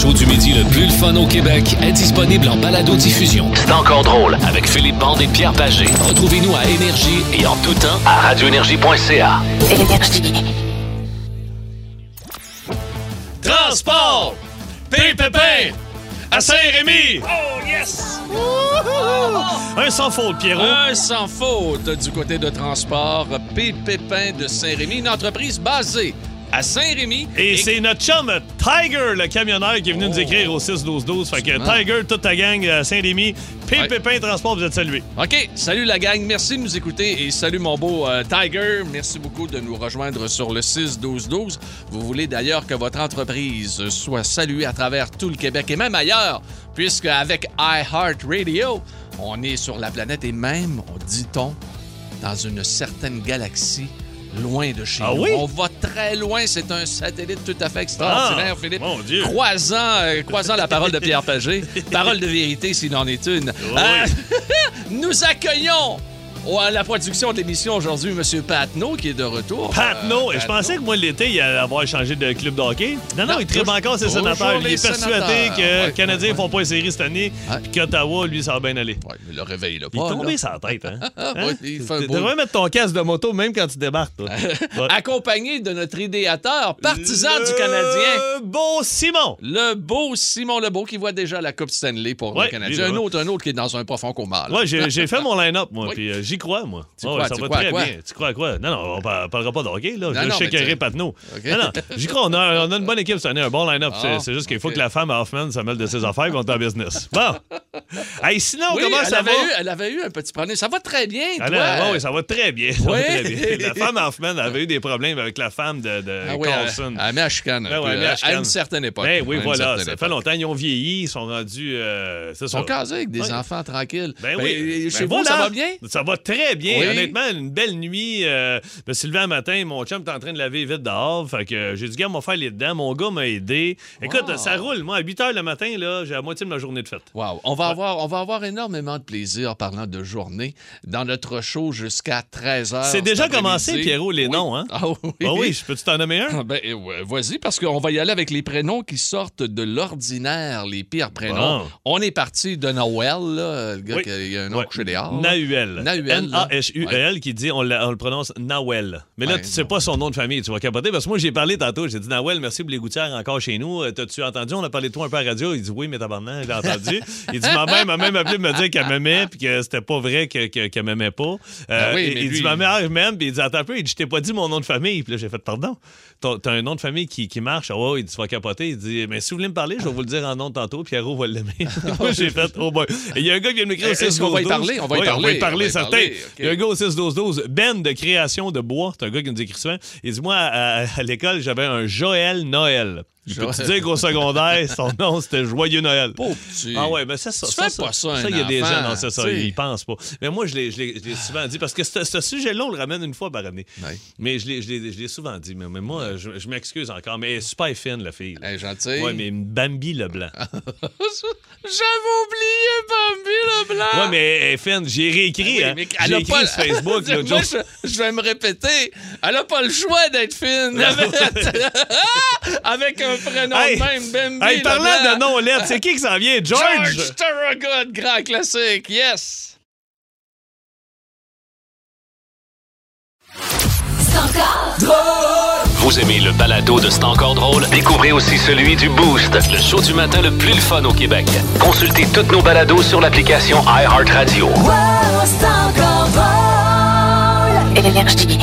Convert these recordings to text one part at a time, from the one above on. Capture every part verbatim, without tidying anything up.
show du midi le plus le fun au Québec est disponible en balado-diffusion. C'est encore drôle avec Philippe Bande et Pierre Pagé. Retrouvez-nous à Énergie et en tout temps à radio énergie point c a. Énergie. Transport! P-Pépin! À Saint-Rémy! Oh, yes! Wouhou! Un sans faute, Pierrot. Un sans faute du côté de transport. P-Pépin de Saint-Rémy, une entreprise basée à Saint-Rémy. Et, et c'est notre chum Tiger, le camionneur, qui est venu oh. nous écrire au six douze douze. Fait que Tiger, toute ta gang à Saint-Rémy, P-Pépin ouais. Transport, vous êtes salués. OK. Salut la gang. Merci de nous écouter et salut mon beau euh, Tiger. Merci beaucoup de nous rejoindre sur le six douze douze. Vous voulez d'ailleurs que votre entreprise soit saluée à travers tout le Québec et même ailleurs, puisque avec iHeartRadio, on est sur la planète et même, on dit-on, dans une certaine galaxie loin de chez ah nous. Oui? On va très loin. C'est un satellite tout à fait extraordinaire, ah, Philippe. Mon Dieu. Croisant, euh, croisant la parole de Pierre Pagé. Parole de vérité, s'il en est une. Oui. Euh, nous accueillons à la production de l'émission aujourd'hui M. Patnaud, qui est de retour. Patnaud. Euh, Je pensais que moi, l'été, il allait avoir changé de club de hockey. Non, non, non il tripe encore ses sénateurs. Il est persuadé que les ouais, Canadiens ne ouais, font pas une série cette année ouais. puis qu'Ottawa, lui, ça va bien aller. Ouais, mais le réveil, là, il pas, est tombé là. sur la tête, hein? hein? ouais, il fait un tu beau... devrais mettre ton casque de moto même quand tu débarques. Toi. ouais. Accompagné de notre idéateur, partisan le... du Canadien. Le beau Simon. Le beau Simon Lebeau qui voit déjà la Coupe Stanley pour ouais, le Canadien. Un autre, un autre qui est dans un profond coma. Ouais, j'ai, j'ai fait mon line-up, moi, oui. puis euh, j'y crois, moi. Oh, ouais, ça va très bien. Tu crois à quoi? Non, non, on ne parlera pas de hockey, là. Non, je sais qu'il y a Patnaud. Okay. Non, non, j'y crois, on a, on a une bonne équipe cette année, un bon line-up. Oh, c'est, c'est juste qu'il faut okay. que la femme à Hoffman se mêle de ses affaires et on est en business. Bon. Hey, sinon, oui, comment ça va? Eu, elle avait eu un petit problème. Ça va très bien, toi. Ah, oui, ça va très bien. Ça oui. va très bien. La femme à Hoffman avait eu des problèmes avec la femme de, de ah, oui, Carlson. Elle, elle met à chicane. Ben, ouais, à, à une certaine époque. Ben, oui, voilà. Ça époque. fait longtemps. Ils ont vieilli. Ils sont rendus... Euh, ils sont casés avec des ouais. enfants tranquilles. Ben, ben oui. Chez ben, vous, voilà. ça va bien? Ça va très bien. Oui. Honnêtement, une belle nuit. Euh, je me suis levé un matin, mon chum était en train de laver vite dehors. Fait que j'ai dit, gars, on va faire les dents. Mon gars m'a aidé. Écoute, wow. ça roule. Moi, à huit heures le matin, là, j'ai la moitié de ma journée de fête. Wow. On va, ouais. avoir, on va avoir énormément de plaisir, parlant de journée, dans notre show jusqu'à treize heures. C'est déjà commencé, Pierrot, les oui. noms, hein? Ah oui. Ah oui, je peux-tu t'en nommer un? Ben, ouais, vas-y, parce qu'on va y aller avec les prénoms qui sortent de l'ordinaire, les pires prénoms. Wow. On est parti de Noël, là, le gars oui. qui a un nom ouais. couché dehors. Nahuel. Nahuel. N A H U L, ouais. qui dit, on, on le prononce Nawel. Mais là, ouais, tu sais non. pas son nom de famille, tu vas capoter. Parce que moi, j'ai parlé tantôt, j'ai dit, Nawel, merci pour les gouttières encore chez nous. T'as-tu entendu? On a parlé de toi un peu à la radio. Il dit, oui, mais tabarnak, j'ai entendu. Il dit, ma mère m'a même appelé me dire qu'elle m'aimait puis que c'était pas vrai que, que, qu'elle m'aimait pas. Euh, ben oui, il lui... dit, ma mère je m'aime, puis il dit, attends un peu, il dit, je t'ai pas dit mon nom de famille. Puis là, j'ai fait, pardon, t'as, t'as un nom de famille qui, qui marche. Oh, il dit, tu vas capoter. Il dit, mais si vous voulez me parler, je vais vous le dire en nom tantôt, Pierrot va l'aimer. Moi, j'ai fait, oh boy. Il y a un gars qui vient me m'écrire au six douze douze. Est-ce qu'on va y parler? On va y oui, parler. On va y parler, certain. Okay. Il y a un gars au six douze douze, Ben de création de bois. C'est un gars qui nous écrit souvent. Il dit, moi, à, à l'école, j'avais un Joël Noël. Je peux te dire qu'au secondaire, son nom, c'était Joyeux Noël. Pauvre petit. Ah ouais, mais ça, ça, tu ça, fais ça, pas ça, ça, il y a des gens, non, c'est ça, t'sais. ils pensent pas. Mais moi, je l'ai, je l'ai, je l'ai souvent dit, parce que ce, ce sujet-là, on le ramène une fois par année. Ouais. Mais je l'ai, je, l'ai, je l'ai souvent dit. Mais, mais moi, je, je m'excuse encore, mais elle est super fine, la fille. Elle est gentille. Ouais, mais Bambi Leblanc. J'avais oublié Bambi Leblanc. Ouais, mais elle est fine. J'ai réécrit, hein. J'ai écrit pas... sur Facebook. Là, moi, je, je vais me répéter. Elle a pas le choix d'être fine. Avec un prénom hey. de même. Bambi hey, parlant de nom lettres, c'est qui qui s'en vient? George! George Thorogood, grand classique, yes! C'est encore drôle! Vous aimez le balado de C'est encore drôle? Découvrez aussi celui du Boost, le show du matin le plus le fun au Québec. Consultez toutes nos balados sur l'application iHeartRadio. Wow, c'est encore drôle! Énergie.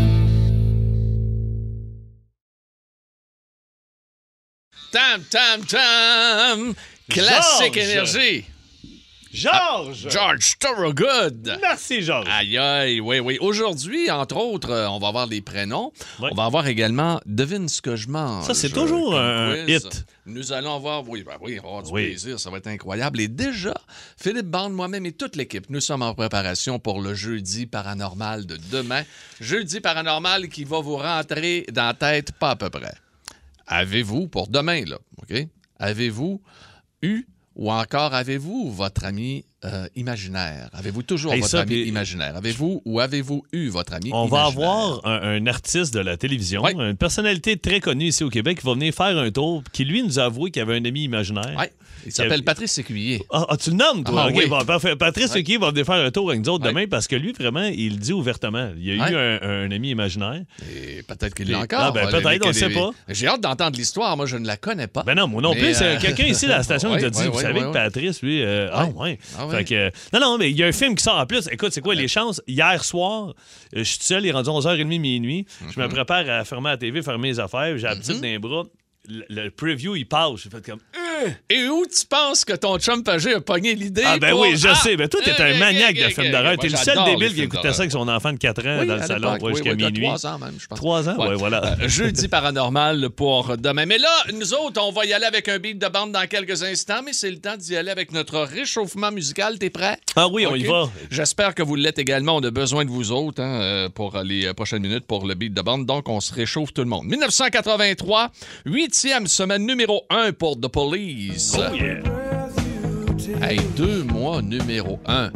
Tam, tam, tam! Classique George. Énergie! George! Ah, George Thorogood! Merci, George! Aïe, aïe, oui, oui. Aujourd'hui, entre autres, on va avoir les prénoms. Oui. On va avoir également Devine ce que je mange. Ça, c'est toujours un quiz. hit. Nous allons avoir, oui, ben oui, on va avoir du oui. plaisir, ça va être incroyable. Et déjà, Philippe Bande, moi-même et toute l'équipe, nous sommes en préparation pour le jeudi paranormal de demain. Jeudi paranormal qui va vous rentrer dans la tête pas à peu près. Avez-vous, pour demain, là, OK? Avez-vous eu ou encore avez-vous votre ami euh, imaginaire? Avez-vous toujours hey, votre ça, ami puis... imaginaire? Avez-vous ou avez-vous eu votre ami On imaginaire? va avoir un, un artiste de la télévision, ouais. une personnalité très connue ici au Québec qui va venir faire un tour, qui lui nous a avoué qu'il avait un ami imaginaire. Ouais. Il s'appelle Patrice Séculier. Ah, ah, tu le nommes, toi? Ah, OK, oui. bon, parfait. Patrice ouais. Séculier va venir faire un tour avec nous autres ouais. demain parce que lui, vraiment, il le dit ouvertement. Il a ouais. eu un, un ami imaginaire. Et peut-être qu'il l'a Et... encore. Ah, ben, peut-être, les, on ne sait pas. J'ai hâte d'entendre l'histoire. Moi, je ne la connais pas. Ben non, moi non mais plus. euh... Quelqu'un ici à la station ouais, nous a dit, ouais, vous ouais, savez ouais, que Patrice, lui... Euh... ouais. Ah, ouais. Ah, ouais. Fait que... Non, non, mais il y a un film qui sort en plus. Écoute, c'est quoi ouais. les chances? Hier soir, je suis tout seul, il est rendu onze heures trente, minuit. Mm-hmm. Je me prépare à fermer la T V, fermer mes affaires. J'ai la petite mm-hmm. dans les bras. Le, le preview, il passe. J'ai fait comme... Et où tu penses que ton chum Pagé a pogné l'idée? Ah, ben pour... oui, je ah! sais. Ben toi, t'es un maniaque okay, de okay, films okay, d'horreur. okay. T'es le seul débile qui écoutait ça avec son enfant de quatre ans oui, dans le salon ouais, oui, jusqu'à oui, minuit. Trois ans même, je pense. Trois ans, oui, ouais, voilà. Euh, jeudi paranormal pour demain. Mais là, nous autres, on va y aller avec un beat de bande dans quelques instants, mais c'est le temps d'y aller avec notre réchauffement musical. T'es prêt? Ah oui, okay. on y va. J'espère que vous l'êtes également. On a besoin de vous autres hein, pour les prochaines minutes pour le beat de bande. Donc, on se réchauffe tout le monde. dix-neuf cent quatre-vingt-trois, huitième semaine numéro un pour The Police. Oh yeah. Hey, deux mois numéro un.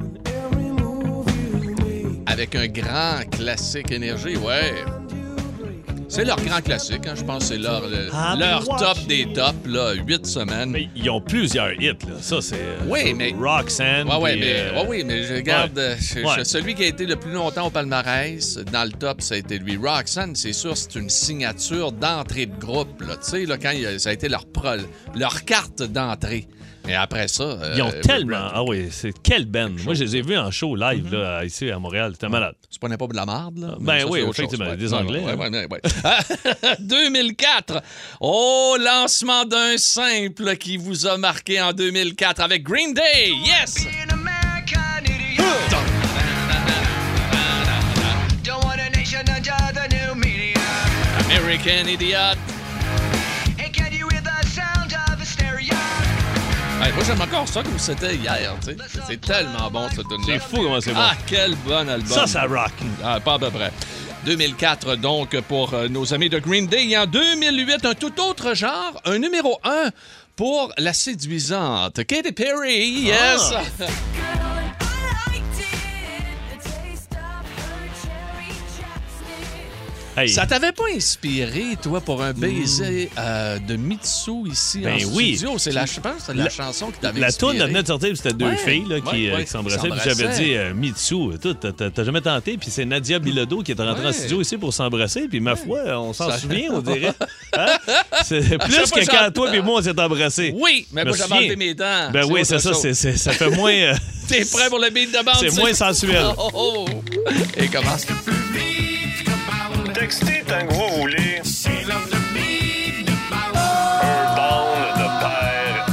Avec un grand classique énergie, ouais. C'est leur grand classique, hein. Je pense que c'est leur, le, leur top des tops, là, huit semaines. Mais ils ont plusieurs hits, là. Ça, c'est... Oui, mais... Roxanne. Ouais, ouais, puis, mais, euh... ouais, oui, mais je regarde... Ouais. Je, ouais. Je, celui qui a été le plus longtemps au palmarès, dans le top, ça a été lui. Roxanne, c'est sûr, c'est une signature d'entrée de groupe, là. Tu sais, là, quand il a, ça a été leur, pro, leur carte d'entrée. Et après ça... Euh, Ils ont euh, tellement... Brand. Ah oui, c'est quelle band. Moi, je les ai vus en show live, mm-hmm. là, ici, à Montréal. C'était malade. Tu prenais pas de la marde, là? Ben ça, oui, effectivement, des Anglais. Ouais, ouais, ouais, ouais. deux mille quatre. Oh, lancement d'un simple qui vous a marqué en deux mille quatre avec Green Day. Yes! American Idiot. Hey, moi, j'aime encore ça comme c'était hier. T'sais. C'est tellement bon, ce tune-là. C'est fou comment c'est bon. Ah, quel bon album. Ça, ça rock. Ah, pas à peu près. deux mille quatre, donc, pour euh, nos amis de Green Day. Et en deux mille huit, un tout autre genre, un numéro un pour la séduisante Katy Perry. Yes! Ah. Hey. Ça t'avait pas inspiré, toi, pour un baiser mm. euh, de Mitsu ici ben en oui. studio? C'est la, je pense que c'est la, la chanson qui t'avait la inspiré. La toune venait de sortir, c'était deux ouais, filles là, qui, ouais, euh, ouais, qui s'embrassaient. Puis j'avais dit euh, Mitsu, t'as jamais tenté. Puis c'est Nadia Bilodeau qui est rentrée ouais. en studio ici pour s'embrasser. Puis ma foi, on s'en ça... souvient, on dirait. Hein? C'est plus que quand toi et moi, on s'est embrassés. Oui, mais moi, j'avais enlevé mes dents. Ben oui, c'est ça. C'est, c'est, ça fait moins... Euh... T'es prêt pour le beat de bande? C'est moins sensuel. Oh, oh, oh. Et commence. Textez tant que vous voulez. Un bond ne perd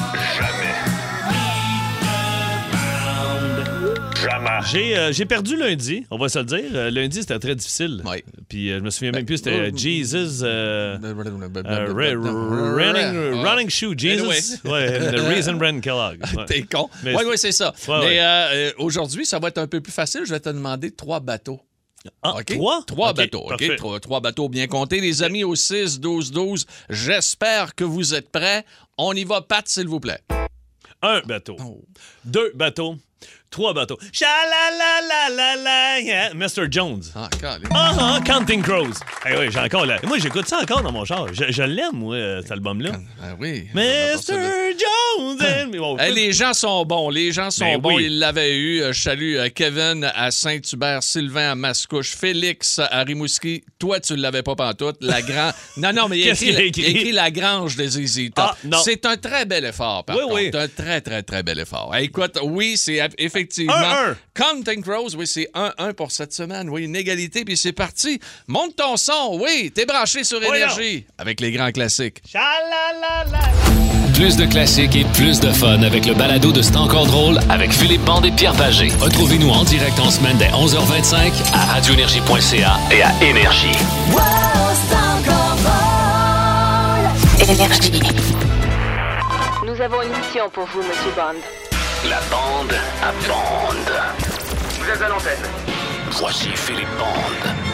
jamais. Jamais. J'ai, euh, j'ai perdu lundi, on va se le dire. Euh, lundi, c'était très difficile. Oui. Puis euh, je me souviens même plus, c'était Jesus... Euh, euh, running, running Shoe, Jesus. Ouais, The Reason Ren Kellogg. Ouais. T'es con. Oui, oui, c'est ça. Ouais, Mais ouais. Euh, aujourd'hui, ça va être un peu plus facile. Je vais te demander trois bateaux. Ah, okay? Trois? Trois okay, bateaux, OK? Trois, trois bateaux bien comptés. Les amis, au six douze douze, j'espère que vous êtes prêts. On y va, Pat, s'il vous plaît. Un bateau. Oh. Deux bateaux. Trois bateaux. Cha-la-la-la-la-la, yeah. mister Jones. Ah, calé. Ah, uh-huh, Counting Crows. Hey, oui, j'ai encore la... Moi, j'écoute ça encore dans mon char. Je, je l'aime, moi, cet album-là. Ah oui. mister Jones. And... Oh, hey, les gens sont bons. Les gens sont ben bons. Oui. Ils l'avaient eu. Je salue Kevin à Saint-Hubert, Sylvain à Mascouche, Félix à Rimouski. Toi, tu ne l'avais pas pantoute. La grand... Non, non, mais il a écrit, il a écrit? écrit La Grange des Z Z Top. Ah, c'est un très bel effort, par oui, contre. Oui. C'est un très, très, très bel effort. Hey, écoute, oui, c'est effectivement... Un, un. Counting Crows, oui, c'est un un pour cette semaine. Oui, une égalité, puis c'est parti. Monte ton son, oui, t'es branché sur Énergie. Avec les grands classiques. Cha-la-la-la. Plus de classiques et plus de fun avec le balado de C'est encore drôle avec Philippe Bande et Pierre Pagé. Retrouvez-nous en direct en semaine dès onze heures vingt-cinq à radio énergie point c a et à Énergie. Wow, c'est encore drôle. Énergie. Nous avons une mission pour vous, Monsieur Bond. La bande à bande. Vous êtes à l'antenne. Voici Philippe Bande.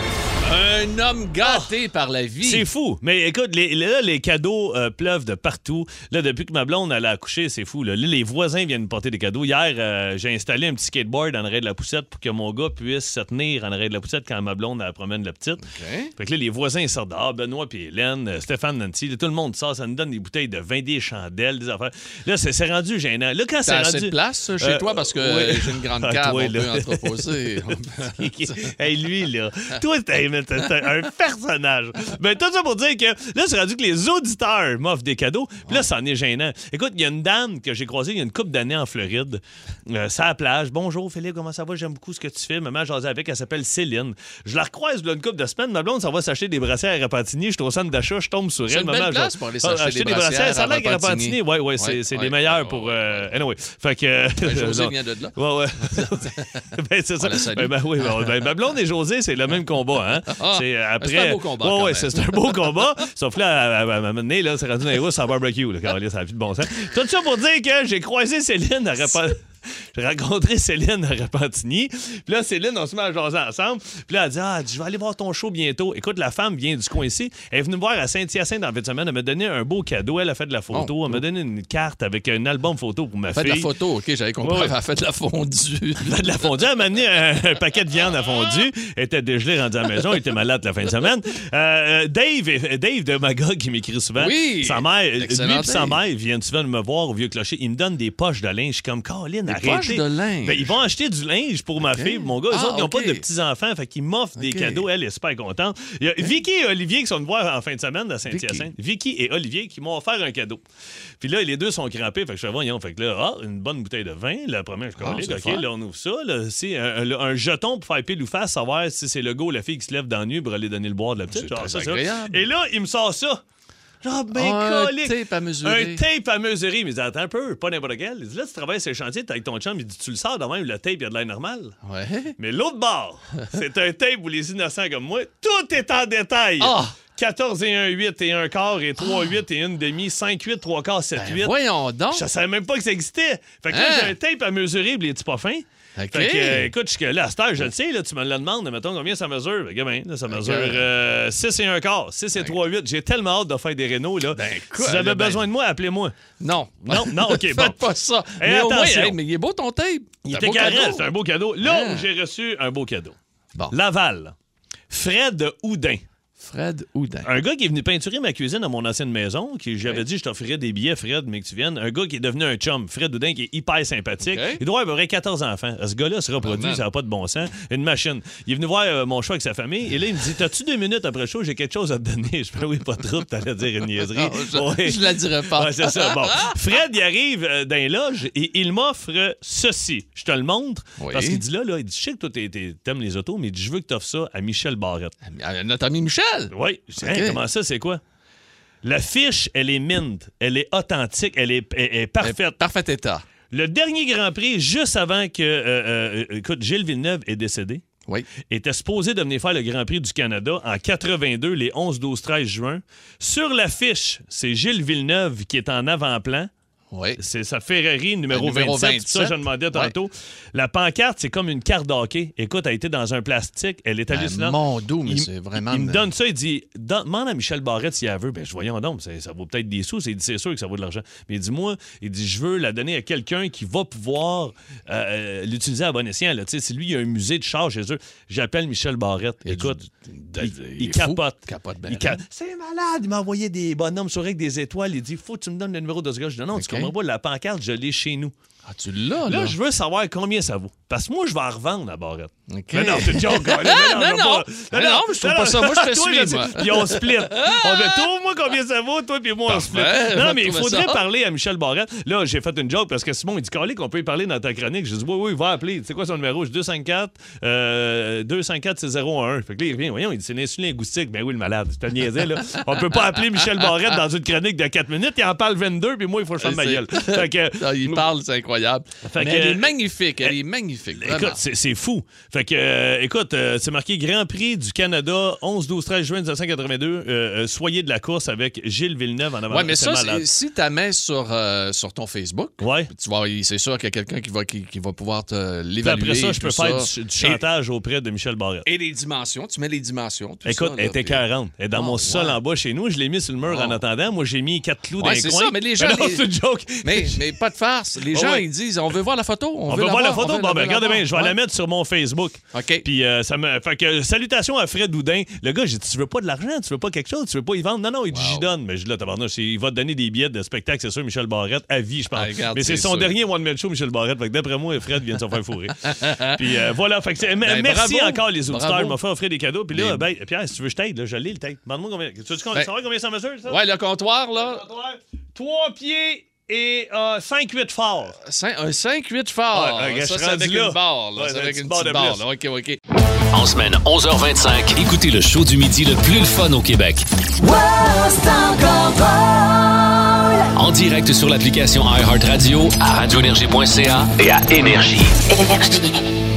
Un homme gâté par la vie. C'est fou. Mais écoute, les, là, les cadeaux euh, pleuvent de partout. Là, depuis que ma blonde elle a accouché, c'est fou. Là, Là, les voisins viennent me porter des cadeaux. Hier, euh, j'ai installé un petit skateboard en arrêt de la poussette pour que mon gars puisse se tenir en arrêt de la poussette quand ma blonde elle promène la petite. OK. Fait que là, les voisins ils sortent dehors. Benoît puis Hélène, euh, Stéphane, Nancy, là, tout le monde sort. Ça nous donne des bouteilles de vin, des chandelles, des affaires. Là, c'est, c'est rendu gênant. Là, quand c'est T'as rendu... assez de place chez Euh, toi parce que ouais. j'ai une grande Ah, cave, toi, on là. peut entreposer. Hey, lui, là, toi, t'es, t'es- t'es un personnage. Ben, tout ça pour dire que là, c'est rendu que les auditeurs m'offrent des cadeaux. Puis là, ça en est gênant. Écoute, il y a une dame que j'ai croisée il y a une couple d'années en Floride, euh, sur la plage. Bonjour, Philippe, comment ça va? J'aime beaucoup ce que tu fais. Maman, j'en ai avec, elle s'appelle Céline. Je la recroise là, une couple de semaines. Ma blonde, ça va s'acheter des brassières à Repentigny. Je suis au centre d'achat, je tombe sur elle. C'est une Maman, belle je- place pour aller Ah, s'acheter acheter des brassières Ça a l'air à qu'à Repentigny. Repentigny. Ouais, ouais, c'est, Ouais, c'est ouais, les meilleurs ouais, pour. ouais, euh, ouais. Anyway. Fait que. Ben, José non. vient de là. Ouais, ouais. ben, c'est ça. la salue. Ben, ben, oui, ben, ben, ma blonde et José, c'est le même combat, hein? Ah, c'est après. c'est un beau combat, Ouais, quand ouais, même. c'est, c'est un beau combat. Sauf là, à, à, à, à un moment donné, là, c'est rendu dans les rousses en barbecue, là, Caroline, ça n'a plus de bon sens. Tout ça pour dire que j'ai croisé Céline à Repentigny. J'ai rencontré Céline à Repentigny. Puis là, Céline, on se met à jaser ensemble. Puis là, elle dit, ah, elle dit, je vais aller voir ton show bientôt. Écoute, la femme vient du coin ici. Elle est venue me voir à Saint-Hyacinthe en fin de semaine. Elle m'a donné un beau cadeau. Elle a fait de la photo. Oh, elle m'a donné une carte avec un album photo pour ma Fait de fille. la photo, OK, j'avais compris. Ouais, ouais. Elle a fait de la fondue. Elle a de la fondue. Elle m'a amené un, un paquet de viande à fondue. Elle était dégelée, rendue à la maison. Elle était malade la fin de semaine. Euh, Dave, Dave de Magog, qui m'écrit souvent. Oui! Sa mère, lui Excellent et sa Dave. mère viennent souvent me voir au Vieux Clocher. Ils me donnent des poches de linge. Je suis comme, Caroline, arrêtez. poches de linge? Ben, ils vont acheter du linge pour ma fille et mon gars. Eux Ah, autres, ils n'ont OK. pas de petits-enfants. Fait qu'ils m'offrent des OK. cadeaux. Elle est super contente. Il y a Vicky et Olivier qui sont venus voir en fin de semaine à Saint-Hyacinthe. Vicky et Olivier qui m'ont offert un cadeau. Puis là, les deux sont crampés. Fait que je fais, voyons. Fait que là, ah, une bonne bouteille de vin. La première, je Ah, connais. c'est OK, fun. là, on ouvre ça. Là, c'est un, un- un jeton pour faire pile ou face, savoir si c'est le gars ou la fille qui se lève dans le nu pour aller donner le boire de la petite. C'est Genre, très ça, ça. agréable. Et là, il me sort ça. Genre, ben, Un colique. tape à mesurer. Un tape à mesurer. Il me dit, attends un peu, pas n'importe quel. Il dit, là, tu travailles sur le chantier, t'es avec ton chum. Il dit, tu le sors de même, le tape, il a de l'air normal. Ouais. Mais l'autre bord, c'est un tape où les innocents comme moi, tout est en détail. Ah! quatorze et un huit et un quart et trois huit et une demi, cinq huit, trois quarts, sept Ben, huit. voyons donc. Je savais même pas que ça existait. Fait que là, Hein? j'ai un tape à mesurer pour les petits pas fins. OK. Fait que, euh, écoute, jusque là, à cette heure, je le sais, là, tu me le demandes, mettons combien ça mesure. Ben, gamin, là, ça mesure euh, six et un quart, six et trois huit. J'ai tellement hâte de faire des rénaux, là. Ben, écoute, si vous avez là, ben- besoin de moi, appelez-moi. Non. Non, non, OK, Faites bon. pas ça. Et mais au moins, attention. hey, mais il est beau ton tape. Il C'est un était beau carré, cadeau. c'est un beau cadeau. Là, Ah. j'ai reçu un beau cadeau. Bon. Laval. Fred Houdin. Fred Houdin. Un gars qui est venu peinturer ma cuisine à mon ancienne maison, qui j'avais dit je t'offrirais des billets, Fred, mais que tu viennes. Un gars qui est devenu un chum, Fred Houdin, qui est hyper sympathique. OK. Il doit avoir à peu près quatorze enfants. Ce gars-là se reproduit, man. ça n'a pas de bon sens. Une machine. Il est venu voir euh, mon choix avec sa famille, et là, il me dit, t'as-tu deux minutes après le show, j'ai quelque chose à te donner. Je fais, oui, pas trop, t'allais dire une niaiserie. Non, je, Ouais. je la dirai pas. Ouais, c'est ça. Bon. Fred, il arrive euh, dans les loges et il m'offre euh, ceci. Je te le montre. Oui. Parce qu'il dit là, là, il dit, je sais que toi, t'es- t'es- t'aimes les autos, mais il dit, je veux que tu offres ça à Michel Barrette. Euh, Notre ami Michel. Oui. Je dis, OK. Hein, comment ça, c'est quoi? La fiche, elle est mint. Elle est authentique. Elle est, elle est parfaite. Parfait état. Le dernier Grand Prix, juste avant que, euh, euh, écoute, Gilles Villeneuve est décédé, Oui. était supposé de venir faire le Grand Prix du Canada en quatre-vingt-deux, les onze, douze, treize juin. Sur l'affiche, c'est Gilles Villeneuve qui est en avant-plan. Oui. C'est sa Ferrari numéro, Ah, numéro vingt-sept. vingt-sept. Ça, je demandais tantôt. La pancarte, c'est comme une carte d'hockey. Écoute, elle était dans un plastique. Elle est Ben, hallucinante. mon dos, mais Il- c'est vraiment... Il me donne ça, il dit, Don- demande à Michel Barrette s'il la veut. Ben, je voyons donc, ça, ça vaut peut-être des sous. Il dit, c'est sûr que ça vaut de l'argent. Mais il dit, moi, il dit, je veux la donner à quelqu'un qui va pouvoir euh, l'utiliser à bon escient. Là. Tu sais, si lui, il y a un musée de char chez eux, j'appelle Michel Barrette. Il y a Écoute, du- il, il il est fou. capote. Capote ben Il ca- C'est malade. Il m'a envoyé des bonhommes sur avec des étoiles. Il dit, faut que tu me donnes le numéro de ce gars. Je dis, non, OK. tu comprends pas, la pancarte, je l'ai chez nous. Ah, tu l'as, là? Là, je veux savoir combien ça vaut. Parce que moi, je vais en revendre à Barrette. OK. Mais non, c'est une joke. là. Mais non, je veux non. pas. Mais non, mais je trouve pas ça. Moi, je fais Toi, suivre, sais. moi. Puis on split. On fait, trouve-moi combien ça vaut, toi, puis moi, on split. Parfait, Non, je mais il trouve faudrait ça. parler à Michel Barrette. Là, j'ai fait une joke parce que Simon, il dit, Calé, qu'on peut y parler dans ta chronique. Je dis, oui, oui, va appeler. C'est quoi son numéro? Je dis deux cent cinquante-quatre, euh, deux cent cinquante, c'est zéro un. Fait que là, il revient. Voyons, il dit, c'est l'insuline lingoustique. Ben oui, le malade. Je te niaisais, là. On peut pas appeler Michel Barrette dans une chronique de quatre minutes. Il en parle vingt-deux, puis moi, il faut que je fasse ma C'est gueule. Fait que, non, il parle, c'est incroyable. Fait Mais que, elle est magnifique, elle est magnifique. Écoute, vraiment. c'est, c'est fou. Fait que, euh, écoute, euh, c'est marqué Grand Prix du Canada, onze, douze, treize juin dix-neuf cent quatre-vingt-deux. Euh, euh, soyez de la course avec Gilles Villeneuve en avant. Ouais, mais c'est ça, malade. c'est- si tu la mets sur, euh, sur ton Facebook, Ouais. tu vois, c'est sûr qu'il y a quelqu'un qui va, qui, qui va pouvoir te Puis l'évaluer. après ça, et je peux tout faire ça. du, du chantage auprès de Michel Barrette. Et, et les dimensions, tu mets les dimensions. Tout Écoute, ça, elle là, était puis- quarante. Elle est dans Oh, mon sol ouais. en bas chez nous. Je l'ai mis sur le mur Oh. en attendant. Moi, j'ai mis quatre clous Ouais, dans les c'est coins. ça, mais les gens, non, les- c'est une joke. Mais, mais pas de farce. Les Oh, gens, oui. ils disent on veut voir la photo. On, On veut veut voir la on photo? veut- Bon, on ben, veut regardez la bien, je vais voir. la mettre sur mon Facebook. OK. Puis, euh, ça me. Fait que, salutations à Fred Houdin. Le gars, j'ai dit, tu veux pas de l'argent, tu veux pas quelque chose, tu veux pas y vendre. Non, non, il dit, Wow. j'y donne. Mais je dis, là, tabarnouche, il va te donner des billets de spectacle, c'est sûr, Michel Barrette, à vie, je pense. Ah, regarde, mais c'est c'est son sûr. dernier one-man show, Michel Barrette. Fait que d'après moi, Fred vient de se faire fourrer. Puis, euh, voilà. Fait que c'est- Ben, merci bravo. encore, les auditeurs. Bravo. Ils m'ont fait offrir des cadeaux. Puis là, Les- ben, Pierre, si tu veux, je t'aide. Là, je l'ai, le tête. Demande-moi combien. Tu veux Ben- savoir combien ça mesure, ça? Ouais, le comptoir, là, Trois pieds et cinq huit forts. cin- un cinq huit fort. Ouais, regarde, ça, je c'est suis avec rendu là. une barre. Là. Ouais, c'est une avec petite une barre petite de barre. plus. Là. OK, OK. En semaine, onze heures vingt-cinq, écoutez le show du midi le plus le fun au Québec. Wow, c'est encore drôle. En direct sur l'application iHeartRadio, à radio énergie point c a et à Énergie. Énergie.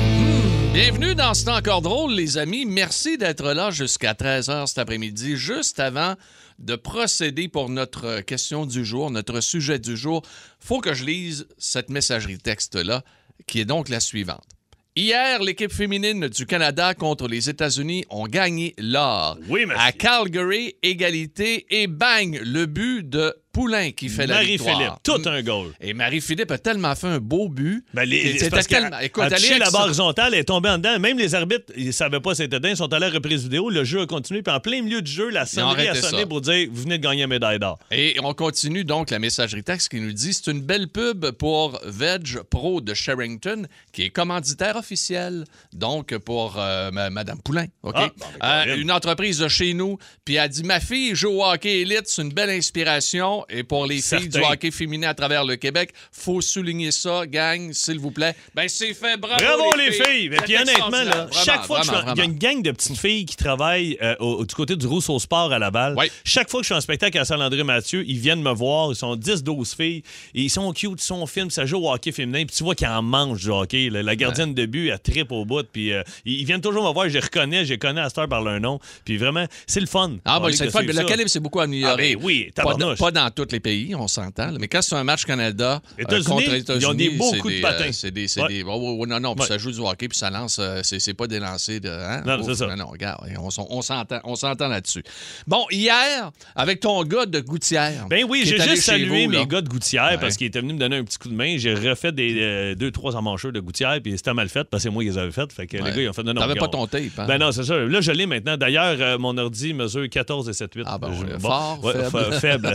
Bienvenue dans Ce temps encore drôle, les amis. Merci d'être là jusqu'à treize heures cet après-midi, juste avant de procéder pour notre question du jour, notre sujet du jour. Faut que je lise cette messagerie texte-là, qui est donc la suivante. Hier, l'équipe féminine du Canada contre les États-Unis ont gagné l'or. Oui, merci. À Calgary, égalité et bang, le but de Poulain qui fait la Marie-Philippe, victoire. tout un goal. Et Marie-Philippe a tellement fait un beau but. Ben, les, C'était c'est parce tellement- qu'elle Écoute, a touché Alex- la barre horizontale, elle est tombée en dedans. Même les arbitres, ils savaient pas c'était dedans, ils sont allés à la reprise vidéo. Le jeu a continué, puis en plein milieu du jeu, la sonnerie a arrêté sonné ça. pour dire vous venez de gagner une médaille d'or. Et on continue donc la messagerie texte qui nous dit c'est une belle pub pour Veg Pro de Sherrington, qui est commanditaire officiel, donc pour euh, ma- Madame Poulain. OK? Ah, bon, ben, Euh, Corinne. une entreprise de chez nous. Puis elle dit ma fille joue au hockey élite, c'est une belle inspiration. Et pour les filles Certain. du hockey féminin à travers le Québec, faut souligner ça, gang, s'il vous plaît. Ben c'est fait, bravo, Bravo les filles! Mais C'est puis honnêtement, là, extraordinaire. chaque fois que je suis en- Vraiment, il y a une gang de petites filles qui travaillent euh, au- du côté du Rousseau Sport à Laval. Ouais. Chaque fois que je suis en spectacle à Saint-André-Mathieu, ils viennent me voir, ils sont dix douze filles, et ils sont cute, ils sont films, ça joue au hockey féminin, puis tu vois qu'ils en mangent du hockey. là. La gardienne de but, elle tripe au bout, puis euh, ils ils viennent toujours me voir, je les reconnais, je les connais à cette heure par leur nom, puis vraiment, c'est le fun. Ah, On bon, est c'est que le fun. suivre Mais le ça. calibre, c'est beaucoup amélioré. Ah, ben oui, pas, dans, tabarnouche. pas dans tous les pays, on s'entend. là. Mais quand c'est un match Canada euh, États-Unis, contre les États-Unis, ils ont des beaux c'est coups de des, patin. euh, c'est des, c'est Ouais. des- oh, oh, oh, non, non, puis Ouais. ça joue du hockey, puis ça lance. euh, c'est, c'est pas des lancers de. Hein? Non, Ouf, c'est ça. Non, non, regarde, on, s'en- on s'entend, on s'entend là-dessus. Bon, hier, avec ton gars de Gouttière. Ben oui, qui j'ai est allé juste chez salué vous, là. mes gars de Gouttière Ouais. parce qu'ils étaient venus me donner un petit coup de main. J'ai refait des euh, deux, trois emmancheurs de Gouttière, puis c'était mal fait parce que c'est moi qui les avais faites. Fait que Ouais. les gars, ils ont fait non, non. T'avais pas regarde. ton tape, hein? Ben non, c'est ça. Là, je l'ai maintenant. D'ailleurs, euh, mon ordi mesure quatorze et sept huit. Ah ben, Je- ouais, fort, faible. fa- faible.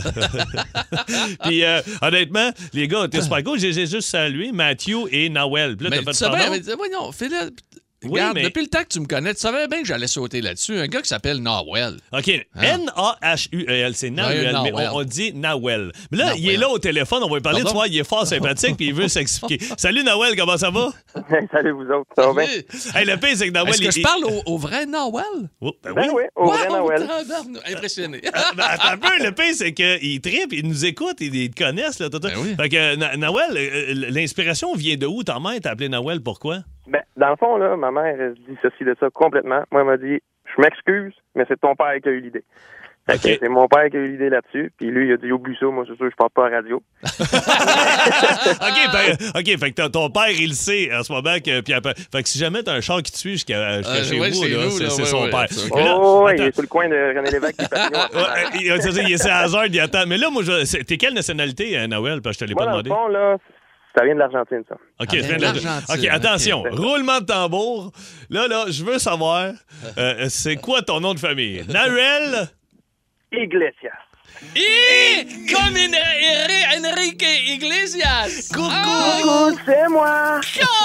Puis euh, honnêtement, les gars étaient super cool. J'ai j'ai juste salué Matthew et Nawel. Puis là, Mais t'as tu fait savais, pardon? mais, voyons, Philippe, Oui, regarde, mais- depuis le temps que tu me connais, tu savais bien que j'allais sauter là-dessus. Un gars qui s'appelle Nawel. OK. Hein? N A H U E L. C'est Nawel, Ouais, mais Nawel. on, on dit Nawel. Mais là, il est Nawel. là au téléphone. On va lui parler. Pardon? Tu vois, il est fort sympathique puis il veut s'expliquer. Salut, Nawel. Comment ça va? Salut vous autres, ça va bien? Oui. Hey, le pire, c'est que Nawel... Est-ce que il- je parle au, au vrai Nawel? Oh, ben Ben oui. oui, au vrai Wow, Noël. tabarnou- Impressionné. Ben, attends un peu, le pire, c'est qu'ils trippent, ils nous écoutent, ils, ils te connaissent. Là, tout, tout. Ben oui. Fait que, Na- Nawel, euh, l'inspiration vient de où? Ta mère t'a appelé Nawel, pourquoi? Ben, dans le fond, là, ma mère, elle se dit ceci de ça complètement. Moi, elle m'a dit, je m'excuse, mais c'est ton père qui a eu l'idée. Fait que OK. c'est mon père qui a eu l'idée là-dessus. Puis lui, il a dit, oublie ça, moi, c'est sûr, je parle pas à la radio. OK, ben, OK, fait que ton- ton père, il le sait en ce moment. Que, puis après- fait que si jamais t'as un char qui te suit jusqu'à jusqu'à Euh, chez ouais, vous, chez là, nous, c'est là, c'est ouais, son ouais, père. c'est OK. Mais là, Oh, ouais, il attends. est sur le coin de René Lévesque et Papillon. Ouais, il- c'est ça, il est à Hazard, il attend. Mais là, moi, je, c'est- t'es quelle nationalité, euh, Nawel? Parce que je te l'ai Moi, pas dans le demandé. fond, là, ça vient de l'Argentine, ça. OK, Ah, je viens de la- l'Argentine, OK, attention. OK. Roulement de tambour. Là, là, je veux savoir, euh, c'est quoi ton nom de famille? Nawel? Iglesias. Et comme Enri- Enrique Iglesias. Coucou! Coucou, c'est moi!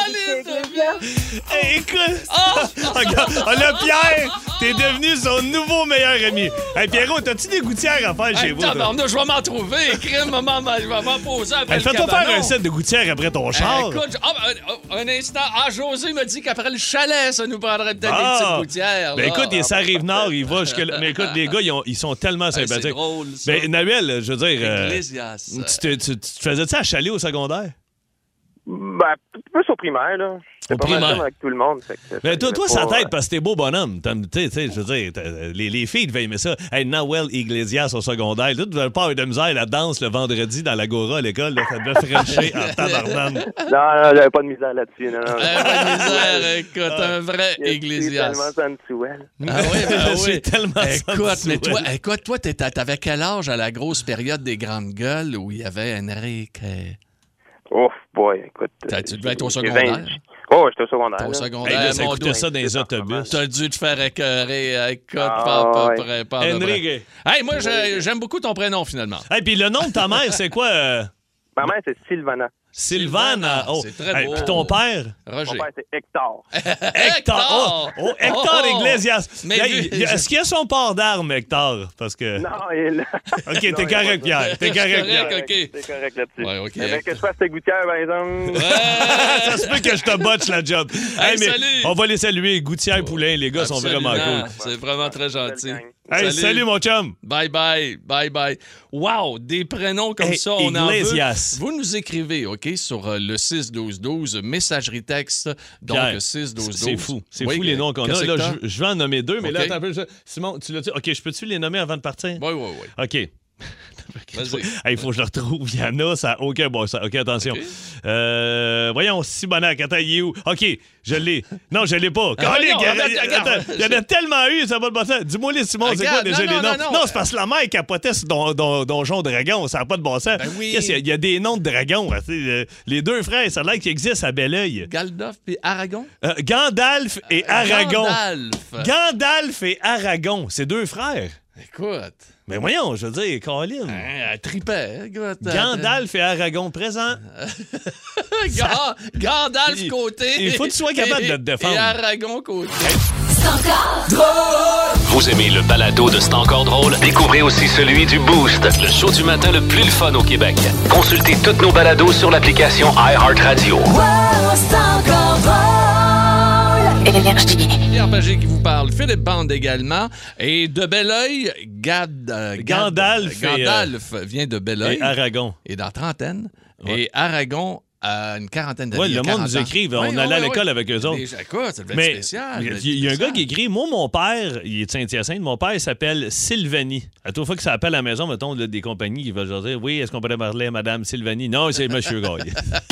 Hey, écoute! Oh! Regarde, oh, là, Pierre, t'es devenu son nouveau meilleur ami. Hey, Pierrot, t'as-tu des gouttières à faire chez Hey, vous? toi? tabarnak, je vais m'en trouver. Crime, maman, je vais m'en poser après Hey, le fais-toi faire cabanon. un set de gouttières après ton char. Euh, écoute, je- ah, ben, un, un instant. Ah, José m'a dit qu'après le chalet, ça nous prendrait peut-être Ah! des petites gouttières. Ben là. écoute, il est sur la Rive-Nord, il va jusque là. Mais écoute, les gars, ils, ont- ils sont tellement Hey, c'est sympathiques. drôle. drôle, ça. Ben, Nahuel, je veux dire... euh, Iglesias. tu, te, tu, tu te faisais-tu achaler au secondaire? Ben, plus au primaire, là. Au J'étais pas mal primaire. chum avec tout le monde. Fait que, Mais toi, ça toi faisait ça pas, t'aide parce que t'es beau bonhomme. Tu sais, tu sais, je veux dire, t'as- les, les filles devaient aimer ça. Hey, Nahuel Iglesias au secondaire. Toi, tu devais pas avoir de misère la danse le vendredi dans l'Agora à l'école. Là, ça devait frencher en tabarnane. Non, non, j'avais pas de misère là-dessus. Non, non. Eh, pas de misère, écoute, un vrai Il y a- Iglesias. C'est tellement sensuel. Ah oui, ben oui. C'est tellement Écoute, mais sensuel. toi, écoute, toi, t'étais- t'avais quel âge à la grosse période des grandes gueules où il y avait Enrique? Ouf, boy, écoute. T'as- tu devais être au j'ai secondaire? vingt Oh, j'étais au secondaire. T'es au là. secondaire, Hey, là, ça mon écoutait dos. ça dans les autobus. T'as dû te faire écœurer. Écoute, Ah, pas à peu ouais. près. Pas à peu près. Enrique. Hey, moi, j'ai- j'aime beaucoup ton prénom, finalement. Hey, puis le nom de ta mère, c'est quoi? euh, Ma mère, c'est Sylvana. Sylvana. Sylvana, Oh. c'est très Hey, beau. puis ton père? Roger. Mon père, c'est Hector. Hector. Oh, oh, Hector Oh! Iglesias. Mais Là, lui- il- Est-ce qu'il a son port d'armes, Hector? Parce que... Non, il est là. OK, t'es Non, il correct, a pas Pierre. T'es Je suis correct, correct, Pierre. OK. C'est correct là-dessus. Ouais, OK. Mais que je fasse tes gouttières, par exemple. Ça se peut que je te botche la job. Hey, mais salut! on va les saluer. Gouttière, Poulain, les gars sont Absolument. vraiment cool. C'est vraiment très gentil. Belle gang. Hey, Salut. salut, mon chum. Bye bye, bye bye. Wow, des prénoms comme Hey, ça, on en veut. Iglesias. Vous nous écrivez, OK, sur euh, le six douze douze, messagerie texte, donc Pierre, six douze douze. C'est fou. C'est Oui, fou les noms qu'on qu'est-ce a. que Là, t'as? je, je vais en nommer deux, mais là, OK. attends un peu. je- Simon, tu l'as dit. OK, je peux-tu les nommer avant de partir? Oui, oui, oui. OK. Vas-y. Il faut que je le retrouve. Il y en a, ça n'a aucun bon sens. OK, attention. OK. Euh, voyons, Simonac, attends, il est où? OK, je l'ai. Non, je l'ai pas. Ah, Calique, voyons, il y en a- regarde, regarde. attends, il y en a tellement eu, ça va pas de bon sens. Dis-moi les Simon, c'est quoi Regarde, déjà non, les non, noms? non, non. c'est parce que la mère capotait sur Don, Don- Donjon Dragon. Ça n'a pas de bon sens. Ben oui. Qu'est-ce qu'il y a? Il y a des noms de dragons. hein, tu sais, euh, les deux frères, ça a l'air qu'ils existent à Belleuil. Gandalf et Aragon? Euh, Gandalf et Aragon. Gandalf. Gandalf et Aragon, c'est deux frères. Écoute, Mais voyons, je veux dire, Colin. hein, elle tripait. hein, écoute, Gandalf et Aragon présents. Ga- Gandalf Il- côté. il faut que tu sois capable de te défendre. Et Aragon côté. C'est encore drôle. Vous aimez le balado de C'est encore drôle? Découvrez aussi celui du Boost, le show du matin le plus le fun au Québec. Consultez toutes nos balados sur l'application iHeartRadio. Wow, c'est encore drôle. Énergie. Pierre Pagé qui vous parle, Philippe Bande également, et de Belleuil, Gad, euh, Gad- Gandalf et, Gandalf vient de Belleuil Et Aragon. et dans trentaine, Ouais. et Aragon à une quarantaine d'années. Ouais, il y a le monde quarante nous ans. écrive. Ouais, On ouais, allait à ouais, l'école ouais. avec eux autres. Mais, écoute, ça devait être Mais spécial. il y, ça a- devait il y a un être gars qui spécial. écrit Moi, mon père, il est de Saint-Hyacinthe, mon père il s'appelle Sylvanie. À toute fois que ça appelle à la maison, mettons, là, des compagnies qui veulent genre dire Oui, est-ce qu'on pourrait parler à Madame Sylvanie? Non, c'est Monsieur Gaille.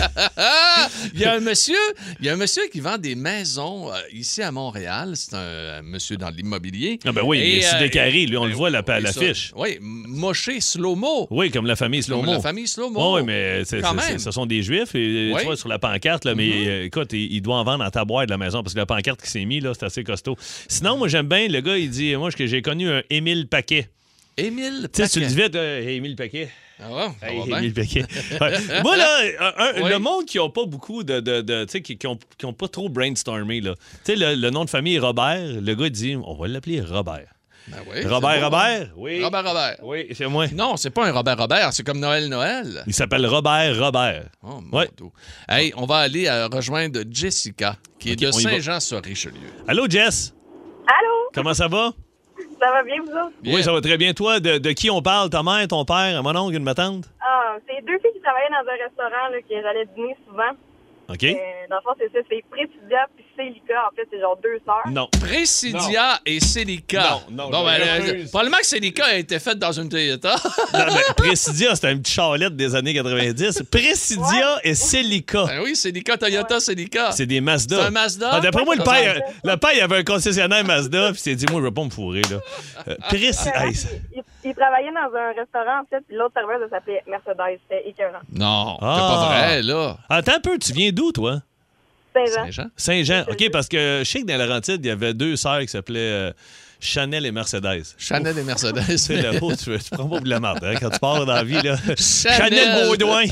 Ah! Il y a un monsieur, il y a un monsieur qui vend des maisons euh, ici à Montréal. C'est un euh, monsieur dans l'immobilier. Ah ben oui, Et, il est euh, Sidé-Carré, lui, on ben, le voit là, à et ça- l'affiche. Oui, Moshe Slomo. Oui, comme la famille Comme Slomo. la famille Slomo. Oui, mais c'est- Quand c'est- même. ce sont des Juifs. Et, Oui. Tu vois, sur la pancarte, là, mais euh, écoute, il, il doit en vendre en taboire de la maison parce que la pancarte qui s'est mise, là, c'est assez costaud. Sinon, moi, j'aime bien, le gars, il dit Moi, que j'ai connu un Émile Paquet. Émile Tu sais, tu le Paquet. dis vite, euh, Hey, Émile Paquet. Ah ouais, ça Hey, va bien. Émile Paquet. Ouais. Moi, là, un- un- Oui. le monde qui n'a pas beaucoup de. de, de- tu sais, qui n'ont qui ont pas trop brainstormé, là. Tu sais, le, le nom de famille est Robert. Le gars, il dit On va l'appeler Robert. Ben oui, c'est Robert, beau, Robert? hein? Oui. Robert Robert. Oui, c'est moi. Non, c'est pas un Robert Robert, c'est comme Noël Noël. Il s'appelle Robert Robert. Oh, mon Ouais. Dieu. Hey, on va aller euh, rejoindre Jessica, qui est Ok, de on y va. Saint-Jean-sur-Richelieu. Allô, Jess? Allô? Comment ça va? Ça va bien, vous autres? Bien. Oui, ça va très bien. Toi, de, de qui on parle? Ta mère, ton père, mon oncle, une ma tante? Ah, c'est deux filles qui travaillaient dans un restaurant là, que j'allais dîner souvent. OK? Euh, dans le fond, c'est ça, c'est Précidia puis Célica. En fait, c'est genre deux sœurs. Non. Précidia et Célica. Non, non, Bon, je ben, refuse. euh, probablement que Célica a été faite dans une Toyota. Non, mais Précidia, c'était une petite charlette des années quatre-vingt-dix. Précidia et Célica. Ben oui, Célica, Toyota, Célica. C'est des Mazda. C'est un Mazda? Ah, D'après moi, le Ouais, père, le père, il avait un concessionnaire Mazda, puis il s'est dit, moi, je veux pas me fourrer, là. Euh, Préci- hey, ça- Ils, ils travaillaient dans un restaurant, en fait, puis l'autre serveuse, elle s'appelait Mercedes. C'était écœurant. Non, c'est Ah. pas vrai, là. Attends un peu, tu viens d'où, toi? Saint-Jean. Saint-Jean. Saint-Jean. OK, parce que je sais que dans la Laurentides, il y avait deux sœurs qui s'appelaient euh, Chanel et Mercedes. Chanel et Mercedes. C'est là, oh, tu, tu prends pas pour de la merde, hein, quand tu pars dans la vie, là. Chanel. Chanel Baudouin.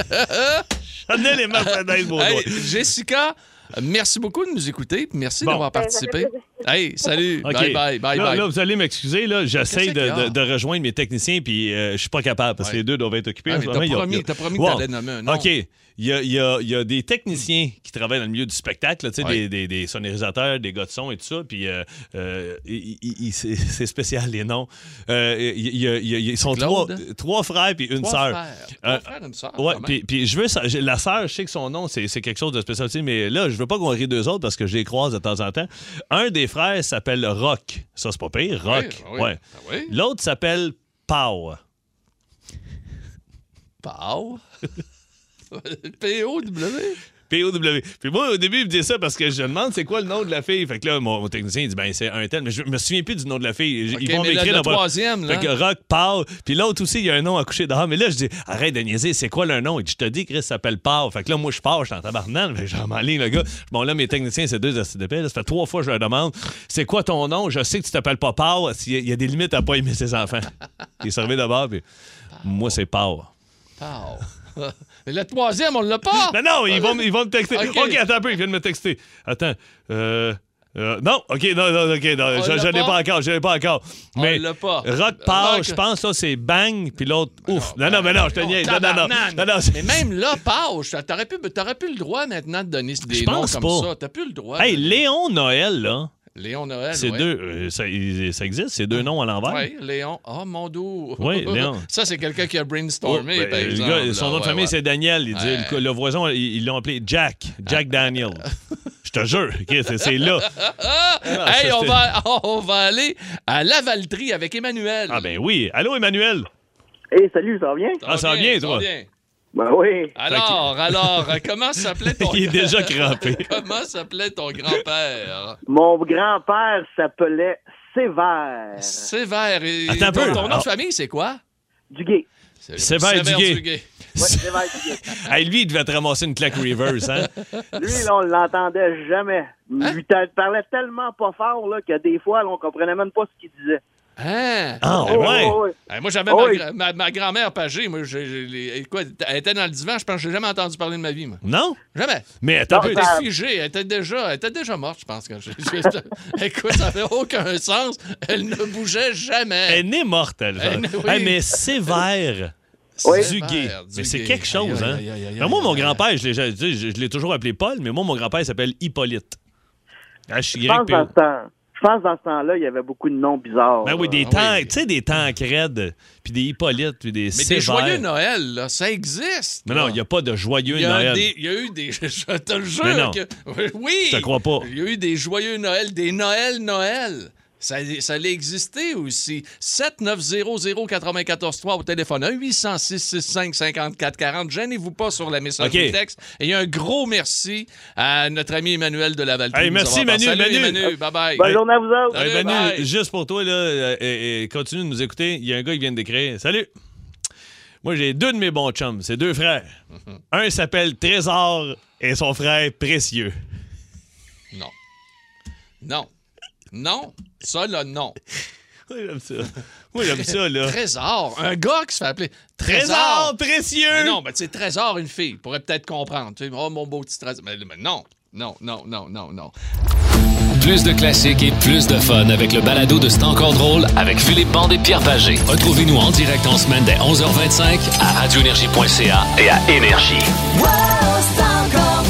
Chanel et Mercedes Baudouin. Hey, Jessica, merci beaucoup de nous écouter. Merci Bon. d'avoir Ben, ça fait participé. plaisir. Hey, salut. OK. Bye, bye, bye, là, bye. là, vous allez m'excuser, là, j'essaie Qu'est-ce de, qu'il y a? de, de rejoindre mes techniciens, puis euh, je suis pas capable, parce que Ouais. les deux doivent être occupés. Ah, en mais ce t'as moment. Il y a- promis, il y a- t'as promis que Wow. t'allais nommer un nom. OK. Il y a, il y a- il y a des techniciens qui travaillent dans le milieu du spectacle, là, tu sais, Ouais. des, des, des sonorisateurs, des gars de son et tout ça, puis euh, euh, il- il- il- c'est c'est spécial, les noms. Euh, il y a- il y a- ils sont trois, Claude? trois frères puis une Trois sœur. frères. Euh, Trois frères, une sœur, Ouais, quand même. puis, puis je veux ça. j'ai- La sœur, je sais que son nom, c'est c'est quelque chose de spécial aussi, mais là, je veux pas qu'on rie d'eux autres parce que je les croise de temps en temps. Un des frères s'appelle Rock. Ça, c'est pas pire. Rock. Oui, oui. Ouais. Ah oui? L'autre s'appelle Pau. Pau. P O W. P O W. Puis moi, au début, il me dit ça parce que je demande c'est quoi le nom de la fille. Fait que là, mon, mon technicien, il dit ben c'est un tel. Mais je me souviens plus du nom de la fille. Ils OK, vont mais le- m'écrire le dans- troisième, là. Fait que Rock, Pau. Puis l'autre aussi, il y a un nom à coucher dehors. Mais là, je dis arrête de niaiser, c'est quoi leur nom? Il dit je te dis, Chris s'appelle Pau. Fait que là, moi, je pars, je suis en tabarnane. Fait que j'en m'enligne, le gars. Bon, là, mes techniciens, c'est deux acides de paix. Ça fait trois fois que je leur demande c'est quoi ton nom? Je sais que tu t'appelles pas Pau. Il y a- il y a des limites à pas aimer ses enfants. Il est servi d'abord, puis moi, c'est Pau. Pau. Mais le troisième, on l'a pas. Non, non, ils vont, ils vont me texter. OK. OK, attends un peu, ils viennent me texter. Attends. Euh, euh, non, OK, non, non, OK, non, On je l'a je l'ai pas? pas encore, je l'ai pas encore. On Mais l'a pas. Rock Power, Rock- je pense, là, c'est Bang, puis l'autre, ouf. Non, non, mais non, je te Oh, niaise. Non, non, non. tabarnak. non, non, c'est- Mais même là, Pau, t'aurais pu, t'aurais pu le droit maintenant de donner des Je noms pense comme pas. ça. T'as plus le droit. Hey, de- Léon Noël, là, Léon Noël. c'est ouais. deux. euh, ça, il- ça existe, c'est deux noms à l'envers. Oui, Léon. Ah, mon dos. Oui, Léon. Ça, c'est quelqu'un qui a Oh, brainstormé, ben, par le exemple. gars, son là. nom de Ouais, famille, ouais. c'est Daniel. Il dit, Ouais. le, le voisin, ils ils l'ont appelé Jack. Jack Daniel. Je te jure, OK, c'est c'est là. Ah, Ah, hey, ça, on c'est- va, on va aller à Lavaltrie avec Emmanuel. Ah, ben oui. Allô, Emmanuel? Hey, salut, ça va bien? Ah, ça va bien, toi? bien. Ben oui. Alors, alors, euh, comment s'appelait ton... Il est déjà crampé. Comment s'appelait ton grand-père? Mon grand-père s'appelait Sévère Sévère. Et Attends un ton, peu. ton nom Ah. de famille, c'est quoi? Duguay. C'est- Sévère Duguay. Ouais, Sévère Duguay. Hey, lui, il devait te ramasser une claque reverse, hein? Lui, là, on l'entendait jamais. Hein? Il te- parlait tellement pas fort là, que des fois, là, on comprenait même pas ce qu'il disait. Hein? Ah, Oh, ouais. oh, ouais. Hey, moi, j'avais Oh, ma, oui. gra- ma, ma grand-mère Pagé. Moi, j'ai- j'ai- les- quoi, elle était dans le divan. Je pense que j'ai jamais entendu parler de ma vie, moi. Non? Jamais. Mais attends un Non, peu. Elle ça- était figée. Elle était déjà, elle était déjà morte, je pense. Quand je, je- écoute, ça n'avait aucun sens. Elle ne bougeait jamais. Elle est née morte, elle. Elle est née- oui. Hey, mais sévère. Oui. Duguay. Sévère, Mais c'est Duguay. quelque chose, Aïe, hein? aïe, aïe, aïe, Mais moi, aïe, mon aïe. grand-père, je l'ai je, je- je l'ai toujours appelé Paul, mais moi, mon grand-père s'appelle Hippolyte. H Je Y pense P O. dans ce temps. Je pense dans ce temps-là, il y avait beaucoup de noms bizarres. Ben oui, des Ah temps, oui. tu sais, des temps craides, puis des Hippolytes, puis des Mais Sévères. des joyeux Noël, là, ça existe. Mais là. non, il n'y a pas de joyeux Il y, a Noël. des- il y a eu des. Je te le jure. Mais non. que- oui. Je te crois pas. Il y a eu des joyeux Noël, des Noël Noël. Ça, ça allait exister aussi. sept neuf zéro zéro neuf quatre trois au téléphone. un huit zéro six six cinq cinq quatre quatre zéro. Gênez-vous pas sur la messagerie OK. texte. Et un gros merci à notre ami Emmanuel de Lavaltrie. Hey, de nous merci, avoir Manu, parlé. Salut, Manu. Manu. Bye-bye. Bonne journée à vous autres. Salut, Hey, Manu, bye. juste pour toi, là, euh, et, et continue de nous écouter. Il y a un gars qui vient d'écrire. Salut! Moi, j'ai deux de mes bons chums. C'est deux frères. Mm-hmm. Un s'appelle Trésor et son frère Précieux. Non. Non. Non. Ça, là, non. Moi, j'aime ça. Moi, j'aime ça, là. Trésor. Un gars qui se fait appeler Trésor Mais Précieux! non, mais tu sais, Trésor, une fille, pourrait peut-être comprendre. Tu sais, oh, mon beau petit Trésor. Mais, mais non, non, non, non, non, non. Plus de classiques et plus de fun avec le balado de C'est encore drôle avec Philippe Bande et Pierre Pagé. Retrouvez-nous en direct en semaine dès onze heures vingt-cinq à radio énergie point c a et à Énergie. Wow, c'est encore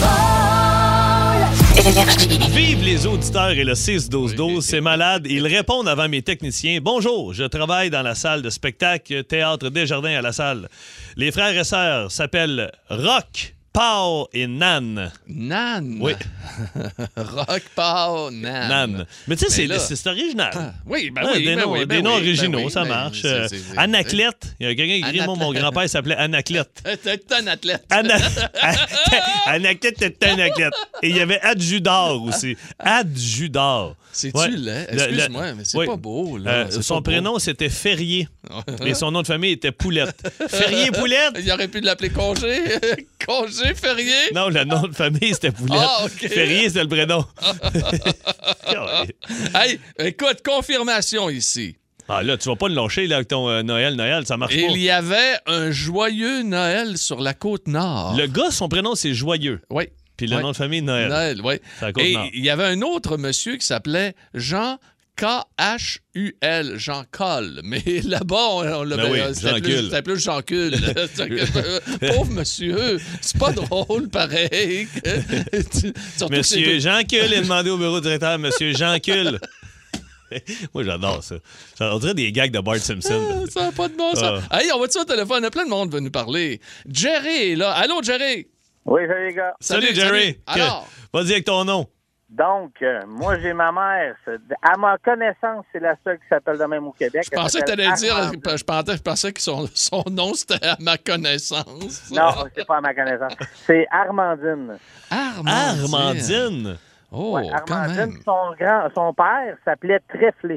drôle. Énergie. Vive les auditeurs et le six douze douze, c'est malade. Ils répondent avant mes techniciens. Bonjour, je travaille dans la salle de spectacle Théâtre Desjardins à la salle. Les frères et sœurs s'appellent Rock, Pau et Nan. Nan. Oui. Rock, Paul, Nan. Nan. Mais tu sais, c'est, là- c'est, c'est original. Ah, oui, ben Ouais, oui, des ben noms, oui, des ben noms oui, ben originaux, oui, ça ben, marche. c'est- Euh, c'est- c'est- Anaclette. Il y a quelqu'un qui écrit, moi, mon grand-père s'appelait Anaclette. T'es un athlète. Ana... Anaclette, c'était Anaclette. Et il y avait Adjudor aussi. Adjudor. C'est-tu Ouais. laid? Le- Excuse-moi, le- mais c'est oui. pas beau, là. Euh, C'est son pas beau. prénom, c'était Ferrier. Et son nom de famille était Poulette. Ferrier Poulette? Il aurait pu l'appeler congé. Congé férié. Non, le nom de famille, c'était Poulette. Ah, OK. Ferrier, c'était le prénom. Hey, écoute, confirmation ici. Ah là, tu vas pas le lâcher là, avec ton euh, Noël, Noël, ça marche Il pas. y avait un joyeux Noël sur la côte nord. Le gars, son prénom, c'est Joyeux. Oui. Puis le Ouais. nom de famille, Noël. Noël, oui. C'est à Côte-Nord. Et il y avait un autre monsieur qui s'appelait Jean K H U L, Jean Col. Mais là-bas, on, on Ben oui, c'était Jean plus, Cul. c'était plus Jean Cul. Pauvre monsieur, c'est pas drôle, pareil. Surtout Monsieur que c'est- Jean Cul est demandé au bureau directeur. Monsieur Jean Cul. Moi, j'adore ça. On dirait des gags de Bart Simpson. Ah, ça n'a pas de bon sens. Hey, on va-tu au téléphone? Il y a plein de monde qui veut nous parler. Jerry est là. Allô, Jerry? Oui, salut les gars. Salut, Jerry. salut. Alors? Que- Vas-y avec ton nom. Donc, euh, moi, j'ai ma mère. c'est- À ma connaissance, c'est la seule qui s'appelle de même au Québec. Je pensais que tu allais dire, je pensais, je pensais que son, son nom, c'était à ma connaissance. Non, c'est pas à ma connaissance. C'est Armandine. Armandine. Armandine. Oh, Ouais, quand Armandine, même. son, grand, son père s'appelait Trèflé.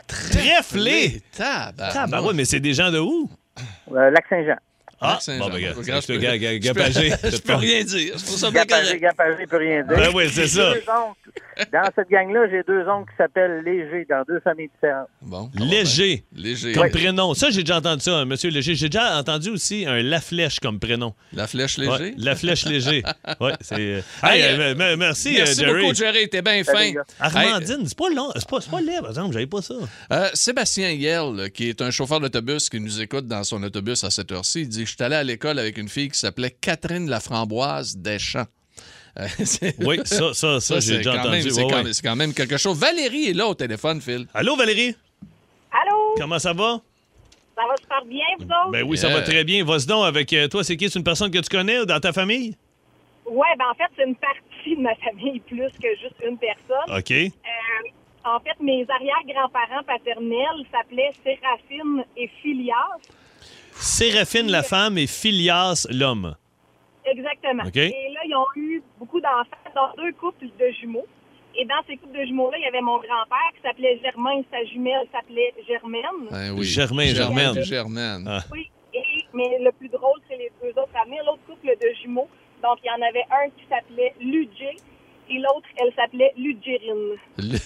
Trèflé. Tabarnak. Ah, ben ouais, mais c'est des gens de où? Euh, Lac-Saint-Jean. Ah, Saint-Jean. bon, ben, gars, Regarde, je te je peux- ga- ga- je gapagé. peux- Je peux rien dire. C'est pour ça bien Gapagé, correct. Gapagé, peut rien dire. Ben oui, c'est ça. J'ai deux oncles. Dans cette gang-là, j'ai deux oncles qui s'appellent Léger, dans deux familles différentes. Bon. Léger. Léger. Comme Oui. prénom. Ça, j'ai déjà entendu ça, hein, monsieur Léger. J'ai déjà entendu aussi un Laflèche comme prénom. La flèche léger? Ouais, la flèche léger. Oui, c'est. euh, Hey, Hey, euh, euh, m- merci, Merci euh, Jerry. beaucoup, Jerry. T'es bien Salut, fin. les gars. Armandine, c'est pas long. C'est pas, c'est pas laid, par exemple. J'avais pas ça. Euh, Sébastien Yell, qui est un chauffeur d'autobus qui nous écoute dans son autobus à cette heure-ci, il dit « Je suis allé à l'école avec une fille qui s'appelait Catherine Laframboise Deschamps. » Euh, c'est- Oui, ça, ça, ça, Ça, j'ai c'est déjà quand entendu. même- c'est Ouais, quand ouais. même- c'est quand même quelque chose. Valérie est là au téléphone, Phil. Allô, Valérie? Allô? Comment ça va? Ça va super bien, vous autres? Ben oui, ça Yeah. va très bien. Vas-y donc avec euh, toi. C'est qui? C'est une personne que tu connais ou dans ta famille? Ouais, ben en fait, c'est une partie de ma famille plus que juste une personne. OK. Euh, en fait, mes arrière-grands-parents paternels s'appelaient Séraphine et Phileas. Séraphine, la femme, et Phileas, l'homme. Exactement. OK. Et là, ils ont eu beaucoup d'enfants dans deux couples de jumeaux. Et dans ces couples de jumeaux-là, il y avait mon grand-père qui s'appelait Germain et sa jumelle s'appelait Germaine. Ben oui. Germain, Germaine. Germaine. Ah. Oui, et, mais le plus drôle, c'est les deux autres amis, l'autre couple de jumeaux. Donc, il y en avait un qui s'appelait Ludger et l'autre, elle s'appelait Ludgérine.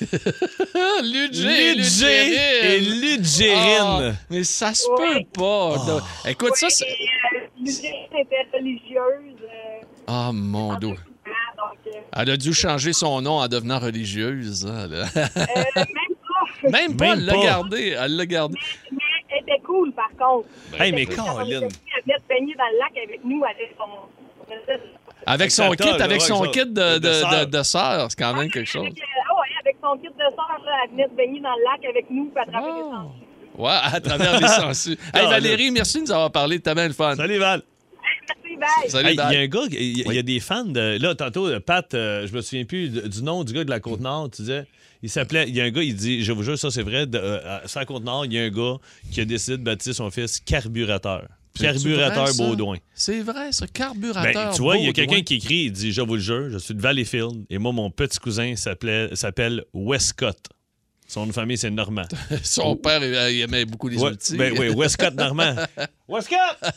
Ludger, Ludger et Ludgérine. Ah, mais ça se Ouais. peut pas. là. Écoute, ça, c'est... Et euh, Ludgérine était religieuse. Euh, Ah, mon dos. donc, euh, Elle a dû changer son nom en devenant religieuse. hein, là. euh, même pas. Même pas, Même elle l'a pas. gardé. Elle l'a gardé. Mais elle était cool, par contre. Hey, mais Elle était cool. Caroline. Elle venait se baigner dans le lac avec nous avec son... Avec son Avec sa kit, table, avec ouais, son ça. kit de, De de, sœur. de, de sœur, c'est quand même quelque chose. Avec, euh, ah ouais, avec son kit de sœur, là, elle venait se baigner dans le lac avec nous puis à travers les sens. Ouais, à travers les sangsues. Hey, Ah, Valérie, merci de nous avoir parlé. T'as bien le fun. Salut, Val. Merci, bye! Salut, Hey, il y a bye. un gars, il y, a- il y a des fans de. Là, tantôt, euh, Pat, euh, je me souviens plus de- du nom du gars de la Côte-Nord, tu disais. Il s'appelait. Il y a un gars, il dit, je vous jure, ça c'est vrai, de, euh, à sur la Côte-Nord, il y a un gars qui a décidé de baptiser son fils Carburateur. Carburateur C'est vrai, ça? Baudouin. C'est vrai, ce Ben, carburateur. tu vois, il y a Baudouin. quelqu'un qui écrit, il dit, je vous le jure, je suis de Valleyfield et moi, mon petit cousin s'appelait- s'appelle Westcott. Son nom de famille, c'est Normand. Son père, il il aimait beaucoup les Ouais, outils. ben oui, Westcott Normand. Westcott!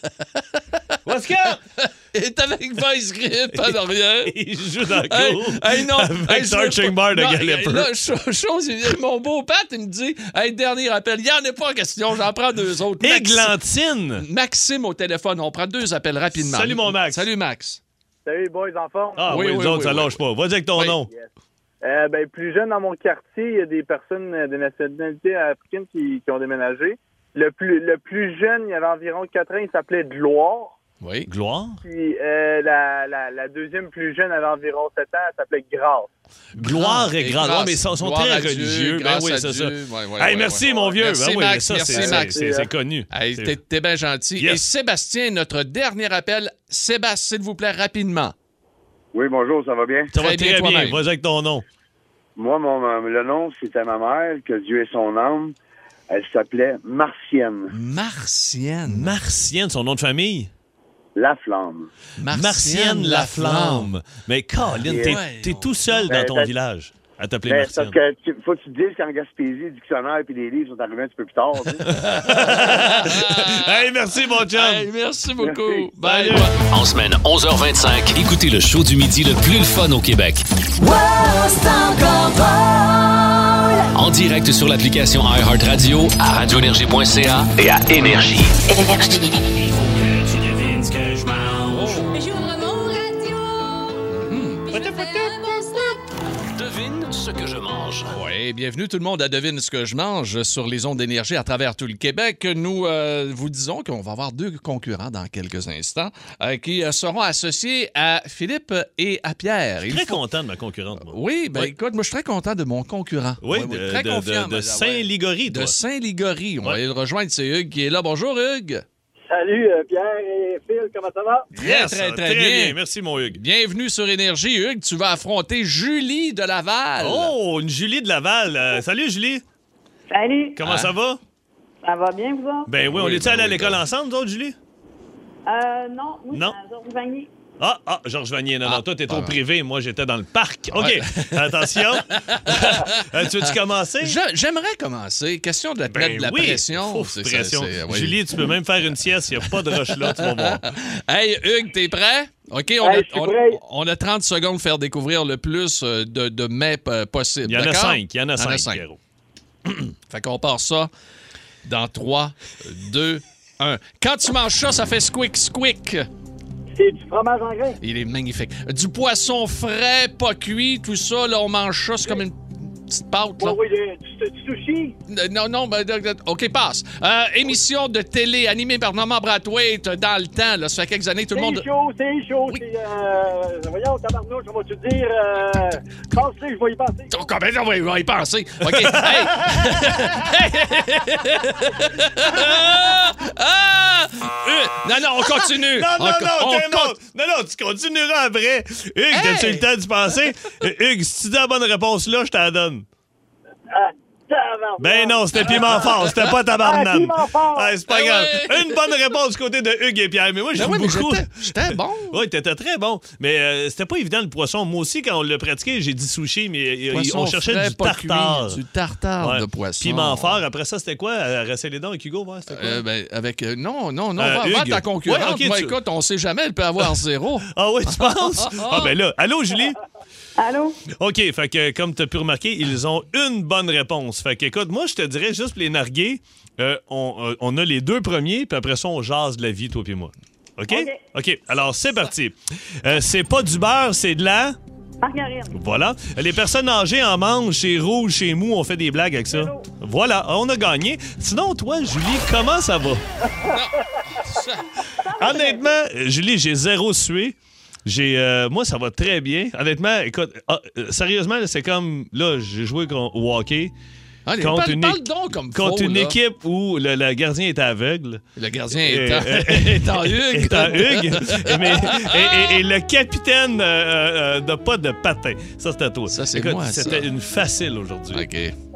Westcott! Il est avec Vice Grip en arrière. Il joue dans le Hey, cours. hey, non, Avec hey, je veux Searching pas- Bar de non, Galloper. là, cho- chose, il- mon beau Pat, il me dit, hey, dernier appel, il n'y en a pas en question, j'en prends deux autres. Maxime- Églantine! Maxime au téléphone, on prend deux appels rapidement. Salut, mon Max. Salut, Max. Salut, boys, en forme? Ah oui, Oui, les oui, autres, oui, ça oui, lâche oui. pas. Vas-y avec ton Oui. nom. Euh, ben, plus jeune dans mon quartier, il y a des personnes euh, de nationalité africaine qui, qui ont déménagé. Le plus, le plus jeune, il y avait environ quatre ans, il s'appelait Gloire. Oui. Gloire? Puis euh, la, la, la deuxième plus jeune avait environ sept ans, elle s'appelait Grâce. Gloire et grâce. grâce. Ouais, mais ils sont, sont Gloire très à Dieu, religieux. Ben grâce oui, à c'est Dieu. ça. Ouais, ouais, Hey, ouais, merci, ouais. mon vieux. Merci, Ben oui, Max. ça, Merci, c'est- Max. c'est c'est connu. Hey, C'est- t'es, t'es bien gentil. Yes. Et Sébastien, notre dernier appel. Sébastien, s'il vous plaît, rapidement. Oui, bonjour, ça va bien? Ça va Très bien, très bien. toi-même. Vas-y avec ton nom. Moi, mon, mon- le nom, c'était ma mère, que Dieu ait son âme. Elle s'appelait Martienne Martienne. Martienne, son nom de famille? Laflamme. Martienne Laflamme. Mais Colin, t'es, Ouais, t'es on- tout seul dans Ben, ton ben, village à t'appeler Ben, c'est Martienne. parce que tu- faut que tu te dises qu'en Gaspésie, le dictionnaire et les livres sont arrivés un petit peu plus tard. tu sais. Hey, merci, mon chum. Hey, merci beaucoup. Merci. Bye. Salut. En semaine onze heures vingt-cinq, écoutez le show du midi le plus le fun au Québec. En direct sur l'application iHeartRadio, à radio énergie point c a et à Énergie. J'ouvre mon radio, et bienvenue tout le monde à Devine ce que je mange sur les ondes d'énergie à travers tout le Québec. Nous euh, vous disons qu'on va avoir deux concurrents dans quelques instants euh, qui euh, seront associés à Philippe et à Pierre. Je suis très faut... content de ma concurrente. Moi. Oui, ben oui. écoute, moi je suis très content de mon concurrent. Oui, oui, oui de, très de, confiant. De, de Saint-Ligory, toi. De Saint-Ligory. On ouais. va aller le rejoindre, c'est Hugues qui est là. Bonjour Hugues. Salut euh, Pierre et Phil, comment ça va? Très, yes, très, très, très bien. bien. Merci, mon Hugues. Bienvenue sur Énergie, Hugues. Tu vas affronter Julie de Laval. Oh, une Julie de Laval. Euh, salut, Julie. Salut. Comment ah. ça va? Ça va bien, vous autres? Ben oui, on oui, est-tu ben allés oui, à l'école ben. ensemble, nous autres, Julie? Euh, non. Moi, non. c'est à Georges Vanier. Ah, ah, Georges Vanier. Non, ah, non, toi, t'es ah, au ouais. privé. Moi, j'étais dans le parc. OK, ouais. attention. euh, tu veux-tu commencer? Je, j'aimerais commencer. Question de la, ben de la oui. pression. Ouf, c'est, pression. c'est, c'est, oui. Julie, tu peux même faire une sieste. Il n'y a pas de rush là, tu vas voir. Hey, Hugues, t'es prêt? OK, on, hey, a, on, on a trente secondes pour faire découvrir le plus de, de mets euh, possible. Il y en d'accord? a cinq. Il y en a cinq, cinq. Pierrot. Fait qu'on part ça dans trois, deux, un. Quand tu manges ça, ça fait squick, squick. C'est du fromage en grain. Il est magnifique. Du poisson frais, pas cuit, tout ça, là, on mange ça, c'est comme une petite pâte, là. Oui, oui, du, du sushi. Euh, Non, non, ben, de- de- OK, passe. Euh, émission de télé animée par Norman Brathwaite dans le temps, là, ça fait quelques années, tout le monde... C'est chaud, c'est chaud, Oui. c'est... Euh, voyons, tabarnouche, on va te dire... Euh, passe-le, je vais y passer. Oh, comment on va, on va y penser? OK, hey! ah! Euh, non, non, on continue. Non, non, On- non, on t'es con- mort. Non, non, tu continueras après. Hugues, Hey! t'as-tu eu le temps d'y penser? Euh, Hugues, si tu dis la bonne réponse là, je te la donne. Ah, tabarnak. Ben non, c'était piment fort, c'était pas tabarnane. Ah, piment fort. Ah, c'est pas Ah grave. ouais. Une bonne réponse du côté de Hugues et Pierre. Mais moi, Ben j'aime oui, mais beaucoup. j'étais- j'étais bon. Oui, t'étais très bon. Mais euh, c'était pas évident le poisson. Moi aussi, quand on l'a pratiqué, j'ai dit sushi, mais euh, Poisson on cherchait frais, du pas tartare. cuit, du tartare Ouais. de poisson. Piment fort. Après ça, c'était quoi? Euh, Rasser les dents avec Hugo, ouais, c'était quoi? Euh, ben, avec... euh, non, non, non, Euh, va, va Hugues. ta concurrente. Ouais, ok, Moi, tu- écoute, on sait jamais, elle peut avoir zéro. Ah oui, tu penses? Ah ben là, allô, Julie? Allô? OK, fait que comme tu as pu remarquer, ils ont une bonne réponse. Fait que écoute, moi, je te dirais juste pour les narguer, euh, on, euh, on a les deux premiers, puis après ça, on jase de la vie, toi puis moi. OK? OK. OK, alors c'est parti. Euh, c'est pas du beurre, c'est de la... Margarine. Voilà. Les personnes âgées en mangent, c'est rouge, c'est mou, on fait des blagues avec ça. Voilà, on a gagné. Sinon, toi, Julie, comment ça va? Honnêtement, Julie, j'ai zéro sué. J'ai, euh, moi, ça va très bien. Honnêtement, écoute, ah, euh, sérieusement, là, c'est comme, là, j'ai joué con- au hockey Allez, contre, parle, une, parle é- donc comme contre faux, une là. équipe où le, le gardien était aveugle. Le gardien Euh, est en, euh, est en Hugues. Est en Hugues. Et, mais- et- et- et le capitaine euh, euh, n'a pas de patin. Ça, c'était toi. Ça, c'est Écoute, moi, ça. c'était une facile aujourd'hui. OK.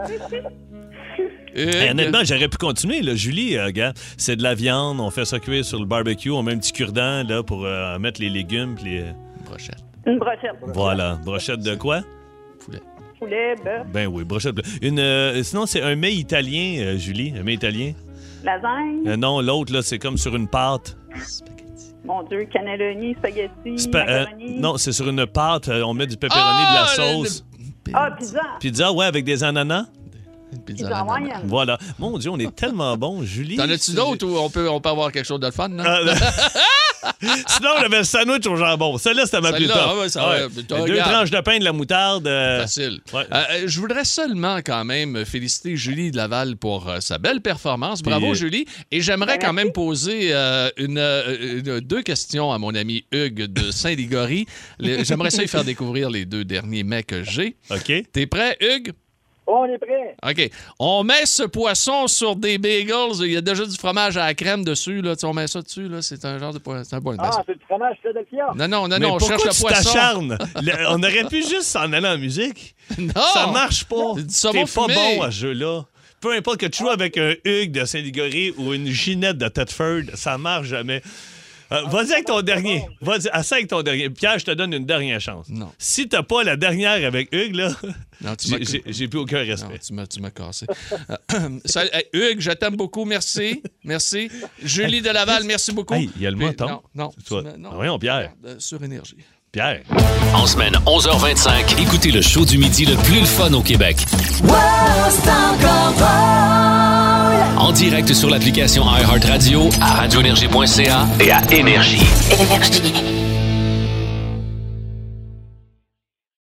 Hey, Hugues. honnêtement, j'aurais pu continuer, là. Julie, euh, gars, c'est de la viande, on fait ça cuire sur le barbecue, on met un petit cure-dent là, pour euh, mettre les légumes. Puis les... Brochette. Une brochette. Voilà. Brochette de quoi? Poulet. Poulet, bœuf, Ben oui, brochette. de- Une, euh, sinon, c'est un mets italien, euh, Julie. Un mets italien. lasagne. Euh, non, l'autre, là, c'est comme sur une pâte. Mon Dieu, cannelloni, spaghetti, Spa- euh, macaroni. non, c'est sur une pâte. euh, on met du pepperoni, Ah, de la le- sauce. Ah, pizza. Pizza, ouais, avec des ananas. Une pizza Pizza à la hawaïenne. Voilà. Mon Dieu, on est tellement bons, Julie. T'en as-tu d'autres ou on peut, on peut avoir quelque chose de fun, non? Euh, Sinon, on avait le sandwich au jambon. Celle-là, c'était ma plus Celle-là, top. ah ouais, ça va. Tu Deux regardes. tranches de pain, de la moutarde. euh, Facile. Ouais. Euh, euh, je voudrais seulement quand même féliciter Julie de Laval pour euh, sa belle performance. Bravo, Puis, Julie. Et j'aimerais Ben, quand merci. même poser euh, une, euh, une- deux questions à mon ami Hugues de Saint-Ligory. Le- J'aimerais ça lui faire découvrir les deux derniers mets que j'ai. OK. T'es prêt, Hugues? On est prêt. OK. On met ce poisson sur des bagels. Il y a déjà du fromage à la crème dessus. Là. Tu sais, on met ça dessus. Là. C'est un genre de poisson. C'est un bon Ah, c'est du fromage Philadelphia. Non, non, non, Mais non. On pourquoi cherche le tu poisson. t'acharnes? Le- on aurait pu juste s'en aller en musique. Non! Ça marche pas. C'est du saumon T'es pas fumé. bon à ce jeu-là. Peu importe que tu joues avec un Hugues de Saint-Ligory ou une Ginette de Thetford, ça marche jamais. Euh, vas-y avec ton dernier. Vas-y, essaie avec ton dernier. Pierre, je te donne une dernière chance. Non. Si t'as pas la dernière avec Hugues, là, Non, tu m'as- j'ai- j'ai j'ai plus aucun Non, respect. tu m'as, tu m'as cassé. Euh, salut, hey, Hugues, je t'aime beaucoup. Merci. Merci. Julie de Laval, merci beaucoup. Hey, il y a le Puis- menton. Non, non. Toi. tu m'as- non. Voyons, Pierre. Regarde, euh, sur Énergie. Pierre. En semaine, onze heures vingt-cinq, écoutez le show du midi le plus le fun au Québec. En direct sur l'application iHeartRadio, à radio énergie point c a et à Énergie. Énergie.